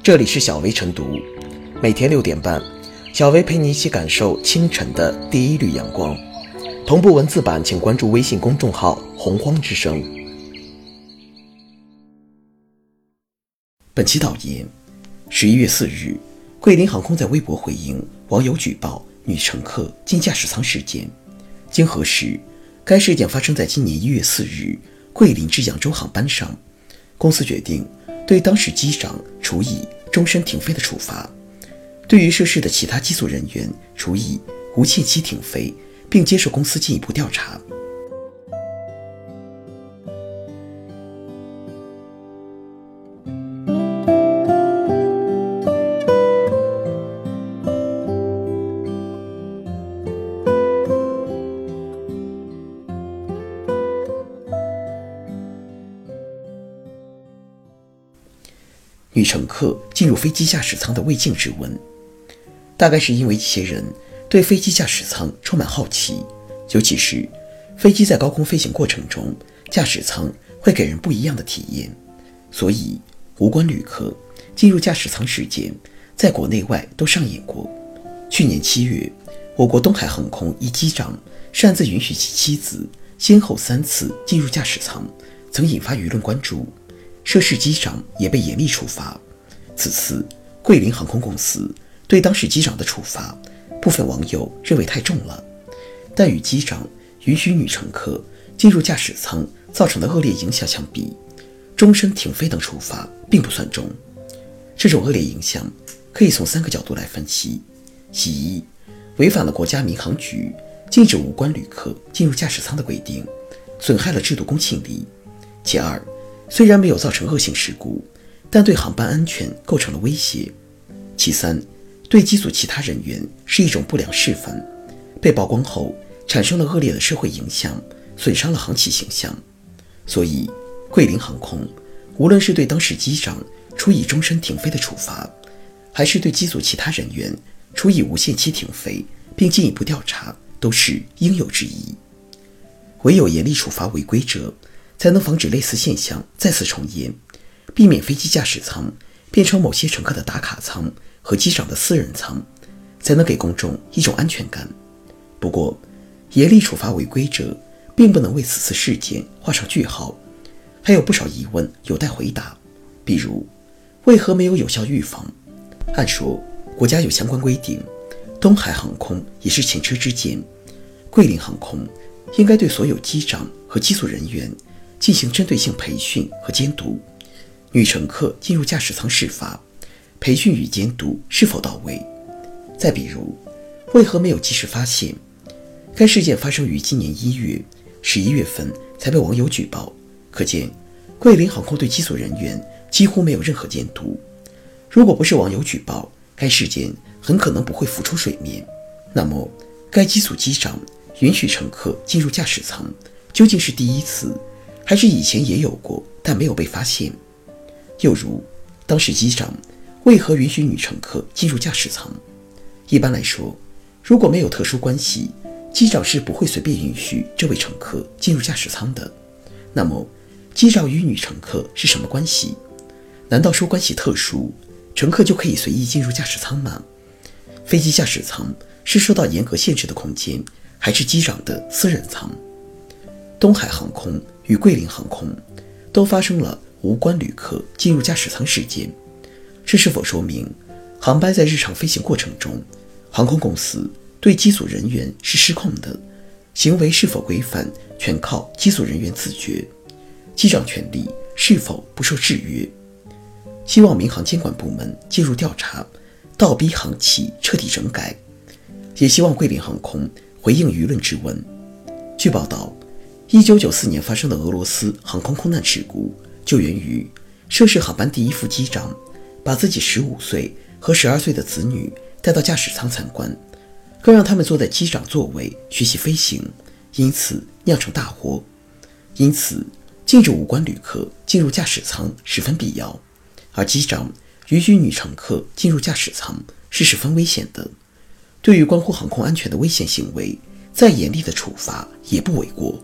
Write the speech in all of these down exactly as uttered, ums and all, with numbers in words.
这里是小薇晨读，每天六点半，小薇陪你一起感受清晨的第一缕阳光。同步文字版请关注微信公众号洪荒之声。本期导言：十一月四日，桂林航空在微博回应网友举报女乘客进驾驶舱事件。经核实，该事件发生在今年一月四日桂林至扬州航班上，公司决定对当时机长处以终身停飞的处罚，对于涉事的其他机组人员处以无限期停飞，并接受公司进一步调查。女乘客进入飞机驾驶舱的未尽之问，大概是因为一些人对飞机驾驶舱充满好奇，尤其是飞机在高空飞行过程中，驾驶舱会给人不一样的体验，所以无关旅客进入驾驶舱事件在国内外都上演过。去年七月，我国东海航空一机长擅自允许其妻子先后三次进入驾驶舱，曾引发舆论关注，涉事机长也被严厉处罚。此次桂林航空公司对当时机长的处罚，部分网友认为太重了，但与机长允许女乘客进入驾驶舱造成的恶劣影响相比，终身停飞等处罚并不算重。这种恶劣影响可以从三个角度来分析：其一，违反了国家民航局禁止无关旅客进入驾驶舱的规定，损害了制度公信力；其二，虽然没有造成恶性事故，但对航班安全构成了威胁；其三，对机组其他人员是一种不良示范，被曝光后产生了恶劣的社会影响，损伤了航企形象。所以桂林航空无论是对当时机长处以终身停飞的处罚，还是对机组其他人员处以无限期停飞并进一步调查，都是应有之义。唯有严厉处罚违规者，才能防止类似现象再次重演，避免飞机驾驶舱变成某些乘客的打卡舱和机长的私人舱，才能给公众一种安全感。不过，严厉处罚违规者并不能为此次事件画上句号，还有不少疑问有待回答。比如，为何没有有效预防？按说，国家有相关规定，东海航空也是前车之鉴，桂林航空应该对所有机长和机组人员进行针对性培训和监督。女乘客进入驾驶舱事发，培训与监督是否到位？再比如，为何没有及时发现？该事件发生于今年一月，十一月份才被网友举报，可见桂林航空对机组人员几乎没有任何监督。如果不是网友举报，该事件很可能不会浮出水面。那么，该机组机长允许乘客进入驾驶舱，究竟是第一次，还是以前也有过但没有被发现？又如，当时机长为何允许女乘客进入驾驶舱？一般来说，如果没有特殊关系，机长是不会随便允许这位乘客进入驾驶舱的。那么，机长与女乘客是什么关系？难道说关系特殊，乘客就可以随意进入驾驶舱吗？飞机驾驶舱是受到严格限制的空间，还是机长的私人舱？东海航空与桂林航空都发生了无关旅客进入驾驶舱事件，这是否说明航班在日常飞行过程中，航空公司对机组人员是失控的，行为是否规范全靠机组人员自觉，机长权力是否不受制约？希望民航监管部门介入调查，倒逼航企彻底整改，也希望桂林航空回应舆论质问。据报道，一九九四年发生的俄罗斯航空空难事故就源于涉事航班第一副机长把自己十五岁和十二岁的子女带到驾驶舱参观，更让他们坐在机长座位学习飞行，因此酿成大祸。因此，禁止无关旅客进入驾驶舱十分必要，而机长允许女乘客进入驾驶舱是十分危险的。对于关乎航空安全的危险行为，再严厉的处罚也不为过。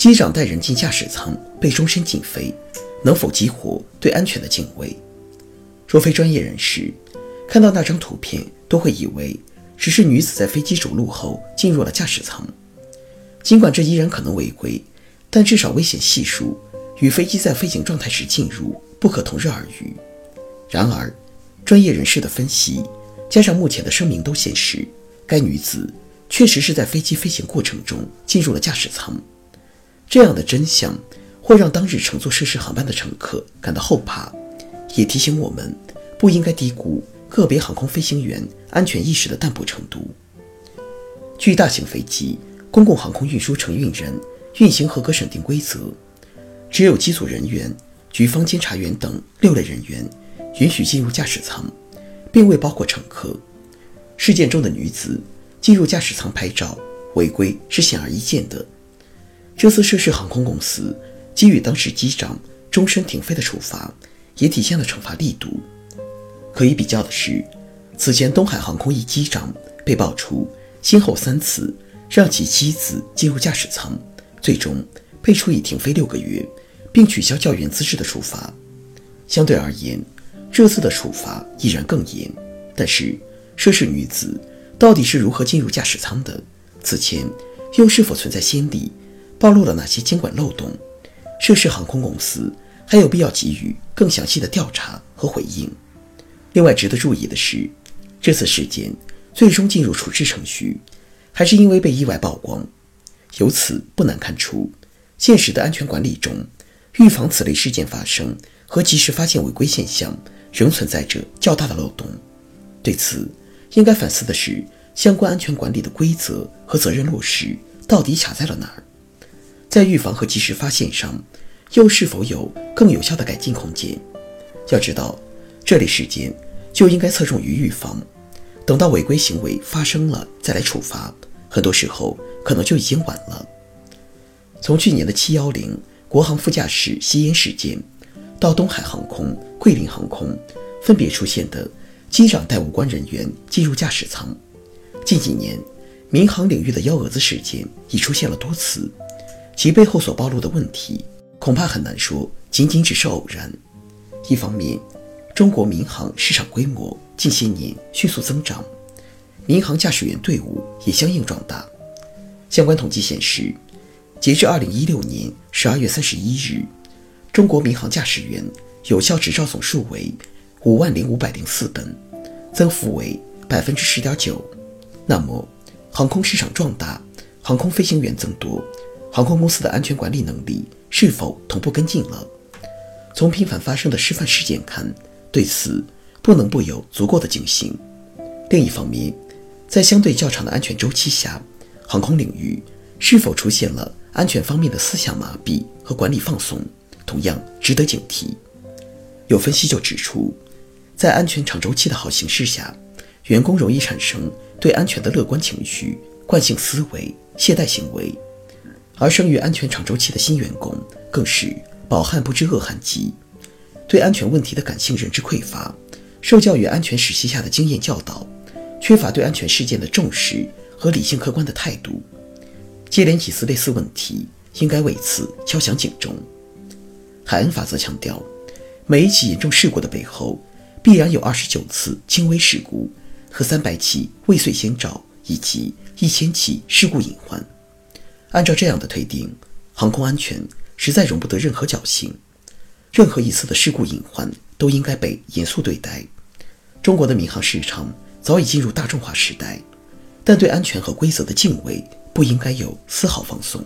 机长带人进驾驶舱被终身禁飞，能否激活对安全的敬畏？若非专业人士，看到那张图片都会以为只是女子在飞机着陆后进入了驾驶舱。尽管这依然可能违规，但至少危险系数与飞机在飞行状态时进入不可同日而语。然而，专业人士的分析加上目前的声明都显示，该女子确实是在飞机飞行过程中进入了驾驶舱。这样的真相会让当日乘坐涉事航班的乘客感到后怕，也提醒我们不应该低估个别航空飞行员安全意识的淡薄程度。据大型飞机公共航空运输承运人运行合格审定规则，只有机组人员、局方监察员等六类人员允许进入驾驶舱，并未包括乘客。事件中的女子进入驾驶舱拍照，违规是显而易见的。这次涉事航空公司给予当时机长终身停飞的处罚，也体现了惩罚力度。可以比较的是，此前东海航空一机长被爆出先后三次让其妻子进入驾驶舱，最终被处以停飞六个月，并取消教员资质的处罚。相对而言，这次的处罚依然更严。但是，涉事女子到底是如何进入驾驶舱的？此前又是否存在先例？暴露了哪些监管漏洞？涉事航空公司还有必要给予更详细的调查和回应。另外值得注意的是，这次事件最终进入处置程序，还是因为被意外曝光。由此不难看出，现实的安全管理中，预防此类事件发生和及时发现违规现象仍存在着较大的漏洞。对此，应该反思的是相关安全管理的规则和责任落实到底卡在了哪儿？在预防和及时发现上，又是否有更有效的改进空间？要知道，这类事件就应该侧重于预防，等到违规行为发生了再来处罚，很多时候可能就已经晚了。从去年的七一零国航副驾驶吸烟事件，到东海航空、桂林航空分别出现的机长带无关人员进入驾驶舱，近几年民航领域的幺蛾子事件已出现了多次，其背后所暴露的问题恐怕很难说仅仅只是偶然。一方面，中国民航市场规模近些年迅速增长，民航驾驶员队伍也相应壮大。相关统计显示，截至二零一六年十二月三十一日，中国民航驾驶员有效执照总数为五万零五百零四本，增幅为 百分之十点九。 那么航空市场壮大，航空飞行员增多，航空公司的安全管理能力是否同步跟进了？从频繁发生的失范事件看，对此不能不有足够的警醒。另一方面，在相对较长的安全周期下，航空领域是否出现了安全方面的思想麻痹和管理放松，同样值得警惕。有分析就指出，在安全长周期的好形势下，员工容易产生对安全的乐观情绪、惯性思维、懈怠行为，而生于安全长周期的新员工更是饱汉不知饿汉饥，对安全问题的感性认知匮乏，受教于安全时期下的经验教导，缺乏对安全事件的重视和理性客观的态度。接连几次类似问题，应该为此敲响警钟。海恩法则强调，每一起严重事故的背后，必然有二十九次轻微事故和三百起未遂先兆以及一千起事故隐患。按照这样的推定，航空安全实在容不得任何侥幸，任何一次的事故隐患都应该被严肃对待。中国的民航市场早已进入大众化时代，但对安全和规则的敬畏不应该有丝毫放松。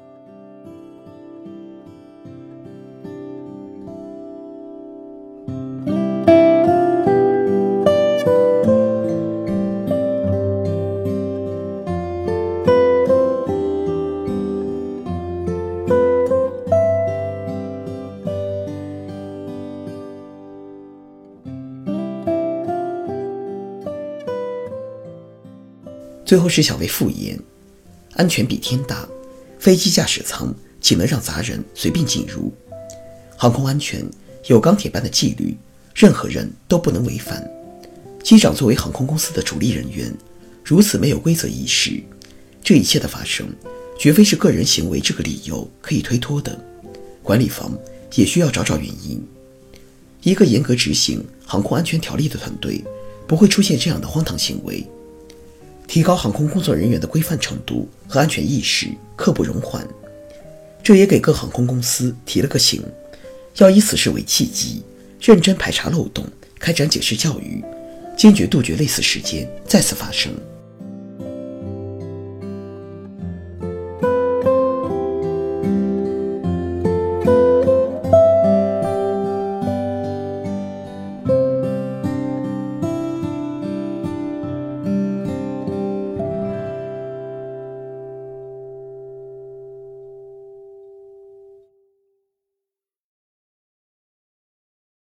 最后是小薇复言，安全比天大，飞机驾驶舱岂能让杂人随便进入？航空安全有钢铁般的纪律，任何人都不能违反。机长作为航空公司的主力人员，如此没有规则意识，这一切的发生绝非是个人行为这个理由可以推脱的，管理方也需要找找原因。一个严格执行航空安全条例的团队不会出现这样的荒唐行为。提高航空工作人员的规范程度和安全意识刻不容缓。这也给各航空公司提了个醒，要以此事为契机，认真排查漏洞，开展解释教育，坚决杜绝类似事件再次发生。